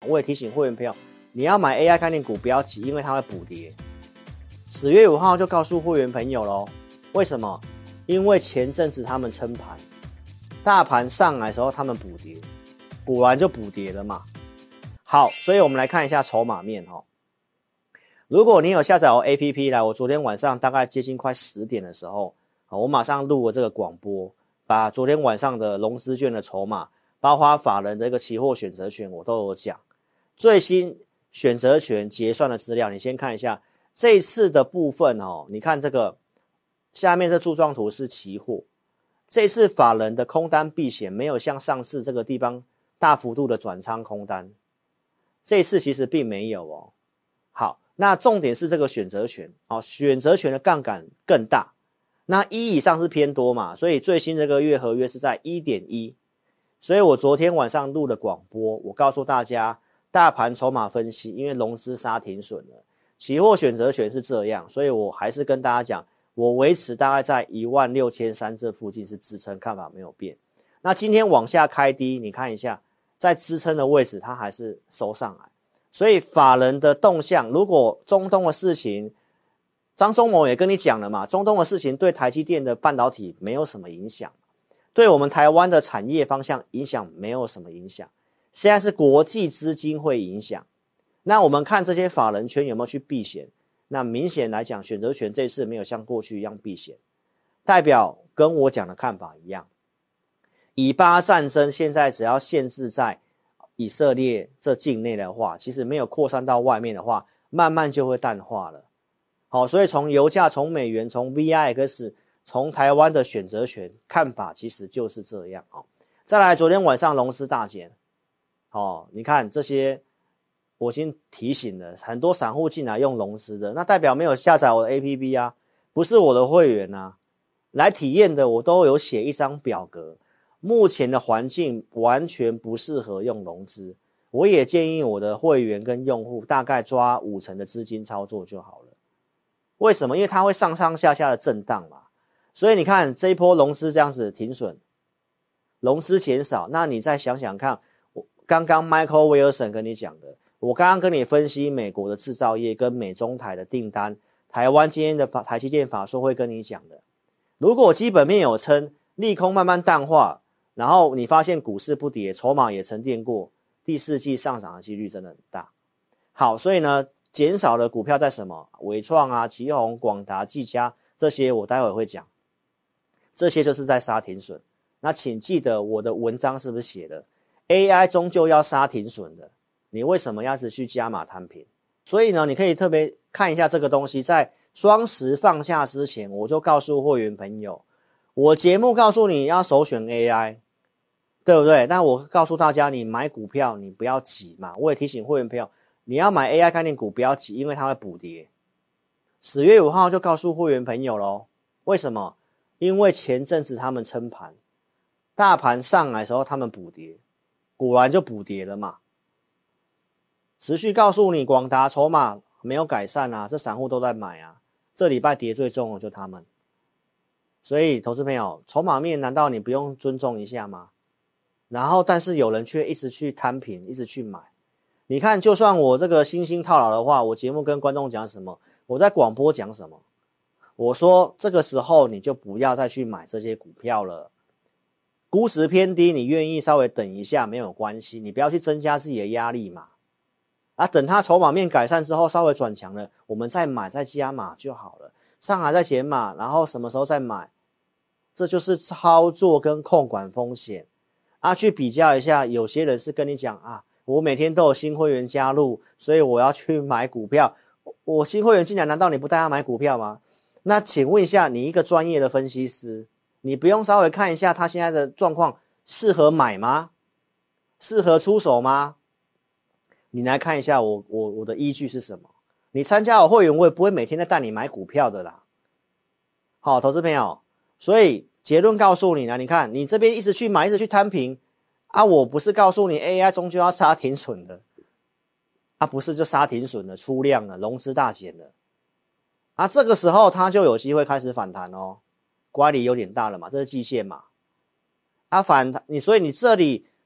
我也提醒会员朋友，你要买 AI 概念股不要急，因为它会补跌。10月5号就告诉会员朋友咯，为什么？因为前阵子他们撑盘，大盘上来的时候他们补跌，果然就补跌了嘛。好，所以我们来看一下筹码面齁。如果你有下载我 APP 来，我昨天晚上大概接近快10点的时候，我马上录了这个广播，把昨天晚上的融资券的筹码，包括法人的一个期货选择权我都有讲。最新选择权结算的资料，你先看一下这一次的部分你看这个下面这柱状图是期货，这一次法人的空单避险没有像上次这个地方大幅度的转仓空单，这一次其实并没有好，那重点是这个选择权选择权的杠杆更大，那1以上是偏多嘛，所以最新这个月合约是在 1.1， 所以我昨天晚上录的广播，我告诉大家大盘筹码分析，因为融资杀停损了，期货选择权是这样，所以我还是跟大家讲，我维持大概在16300这附近是支撑，看法没有变。那今天往下开低，你看一下在支撑的位置它还是收上来，所以法人的动向，如果中东的事情，张忠谋也跟你讲了嘛，中东的事情对台积电的半导体没有什么影响，对我们台湾的产业方向影响没有什么影响，现在是国际资金会影响。那我们看这些法人圈有没有去避险，那明显来讲选择权这次没有像过去一样避险，代表跟我讲的看法一样，以巴战争现在只要限制在以色列这境内的话，其实没有扩散到外面的话，慢慢就会淡化了。好，所以从油价，从美元，从 VIX， 从台湾的选择权看法其实就是这样再来，昨天晚上融资大减你看这些我已经提醒了，很多散户进来用融资的，那代表没有下载我的 APP 啊，不是我的会员啊，来体验的我都有写一张表格，目前的环境完全不适合用融资，我也建议我的会员跟用户大概抓50%的资金操作就好了。为什么？因为它会上上下下的震荡嘛，所以你看这一波融资这样子停损，融资减少，那你再想想看，我刚刚 Michael Wilson 跟你讲的，我刚刚跟你分析美国的制造业跟美中台的订单，台湾今天的台积电法说会跟你讲的，如果基本面有撑，利空慢慢淡化，然后你发现股市不跌，筹码也沉淀过，第四季上涨的几率真的很大。好，所以呢减少的股票在什么？伟创啊、奇宏、广达、技嘉这些我待会会讲，这些就是在杀停损。那请记得我的文章是不是写的 AI 终究要杀停损的，你为什么要是去加码摊平？所以呢你可以特别看一下这个东西，在双10放假之前我就告诉会员朋友，我节目告诉你要首选 AI， 对不对？但我告诉大家你买股票你不要急嘛，我也提醒会员朋友，你要买 AI 概念股不要急，因为它会补跌。10月5号就告诉会员朋友咯，为什么？因为前阵子他们撑盘，大盘上来的时候他们补跌，果然就补跌了嘛。持续告诉你广达筹码没有改善啊，这散户都在买啊，这礼拜跌最重的就他们。所以投资朋友，筹码面难道你不用尊重一下吗？然后但是有人却一直去摊平，一直去买。你看就算我这个新兴套牢的话，我节目跟观众讲什么，我在广播讲什么，我说这个时候你就不要再去买这些股票了，估值偏低，你愿意稍微等一下没有关系，你不要去增加自己的压力嘛。等它筹码面改善之后稍微转强了，我们再买再加码就好了，上海再减码，然后什么时候再买，这就是操作跟控管风险去比较一下，有些人是跟你讲我每天都有新会员加入，所以我要去买股票。我新会员进来，难道你不带他买股票吗？那请问一下，你一个专业的分析师，你不用稍微看一下他现在的状况适合买吗？适合出手吗？你来看一下我的依据是什么？你参加我会员，我也不会每天在带你买股票的啦。好，投资朋友，所以结论告诉你了，你看你这边一直去买，一直去摊平我不是告诉你 AI 终究要杀停损的不是就杀停损了，出量了，融资大减了这个时候它就有机会开始反弹哦，乖离有点大了嘛，这是季线嘛反弹所以你这里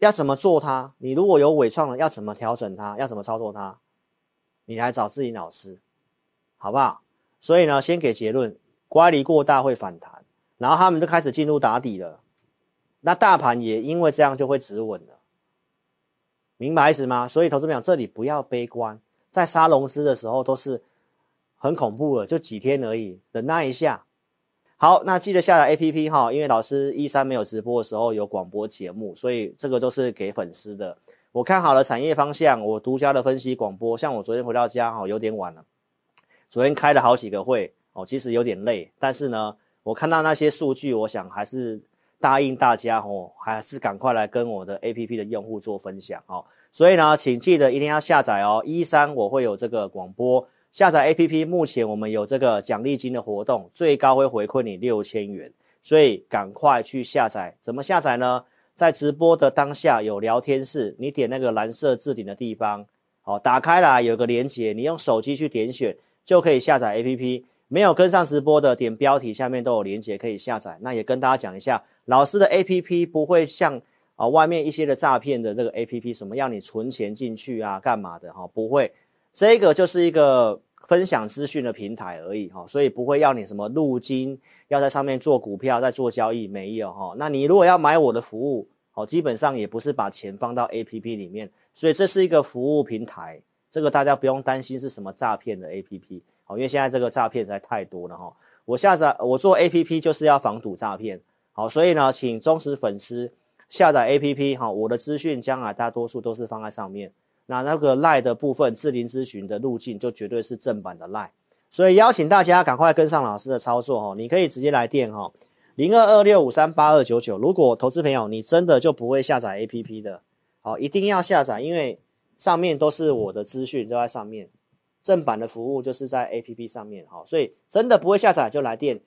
要怎么做它？你如果有伪创了，要怎么调整它？要怎么操作它？你来找志霖老师，好不好？所以呢，先给结论，乖离过大会反弹，然后他们就开始进入打底了。那大盘也因为这样就会止稳了，明白意思吗？所以投资朋友这里不要悲观，在杀融资的时候都是很恐怖的，就几天而已，忍耐一下。好，那记得下载 APP 哈，因为老师13没有直播的时候有广播节目，所以这个都是给粉丝的。我看好了产业方向，我独家的分析广播，像我昨天回到家有点晚了，昨天开了好几个会其实有点累，但是呢，我看到那些数据，我想还是答应大家还是赶快来跟我的 APP 的用户做分享所以呢，请记得一定要下载13我会有这个广播。下载 APP， 目前我们有这个奖励金的活动，最高会回馈你6000元，所以赶快去下载。怎么下载呢？在直播的当下有聊天室，你点那个蓝色置顶的地方，打开来有个连结，你用手机去点选就可以下载 APP。没有跟上直播的，点标题下面都有连结可以下载。那也跟大家讲一下，老师的 APP 不会像外面一些的诈骗的这个 APP， 什么要你存钱进去啊，干嘛的不会。这个就是一个分享资讯的平台而已所以不会要你什么入金，要在上面做股票，在做交易，没有那你如果要买我的服务基本上也不是把钱放到 APP 里面，所以这是一个服务平台，这个大家不用担心是什么诈骗的 APP因为现在这个诈骗实在太多了我做 APP 就是要防堵诈骗所以呢，请忠实粉丝下载 APP 我的资讯将来大多数都是放在上面。那个 LINE 的部分，智霖咨询的路径就绝对是正版的 LINE， 所以邀請大家赶快跟上老師的操作你可以直接來電0226538299。如果投資朋友你真的就不會下載 APP 的一定要下載，因為上面都是我的資訊都在上面，正版的服務就是在 APP 上面所以真的不會下載就來電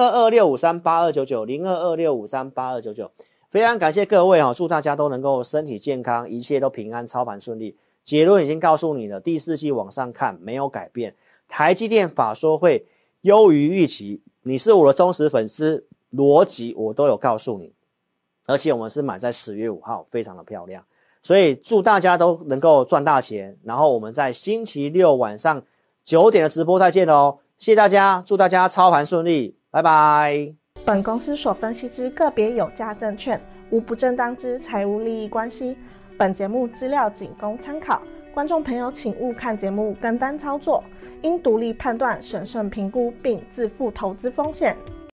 0226538299 非常感謝各位祝大家都能夠身體健康，一切都平安，操盤順利。结论已经告诉你了，第四季往上看没有改变，台积电法说会优于预期，你是我的忠实粉丝，逻辑我都有告诉你，而且我们是买在10月5号，非常的漂亮，所以祝大家都能够赚大钱，然后我们在星期六晚上9点的直播再见咯，谢谢大家，祝大家操盘顺利，拜拜。 本公司所分析之个别有价证券无不正当之财务利益关系，本节目资料仅供参考，观众朋友请勿看节目跟单操作，应独立判断、审慎评估并自负投资风险。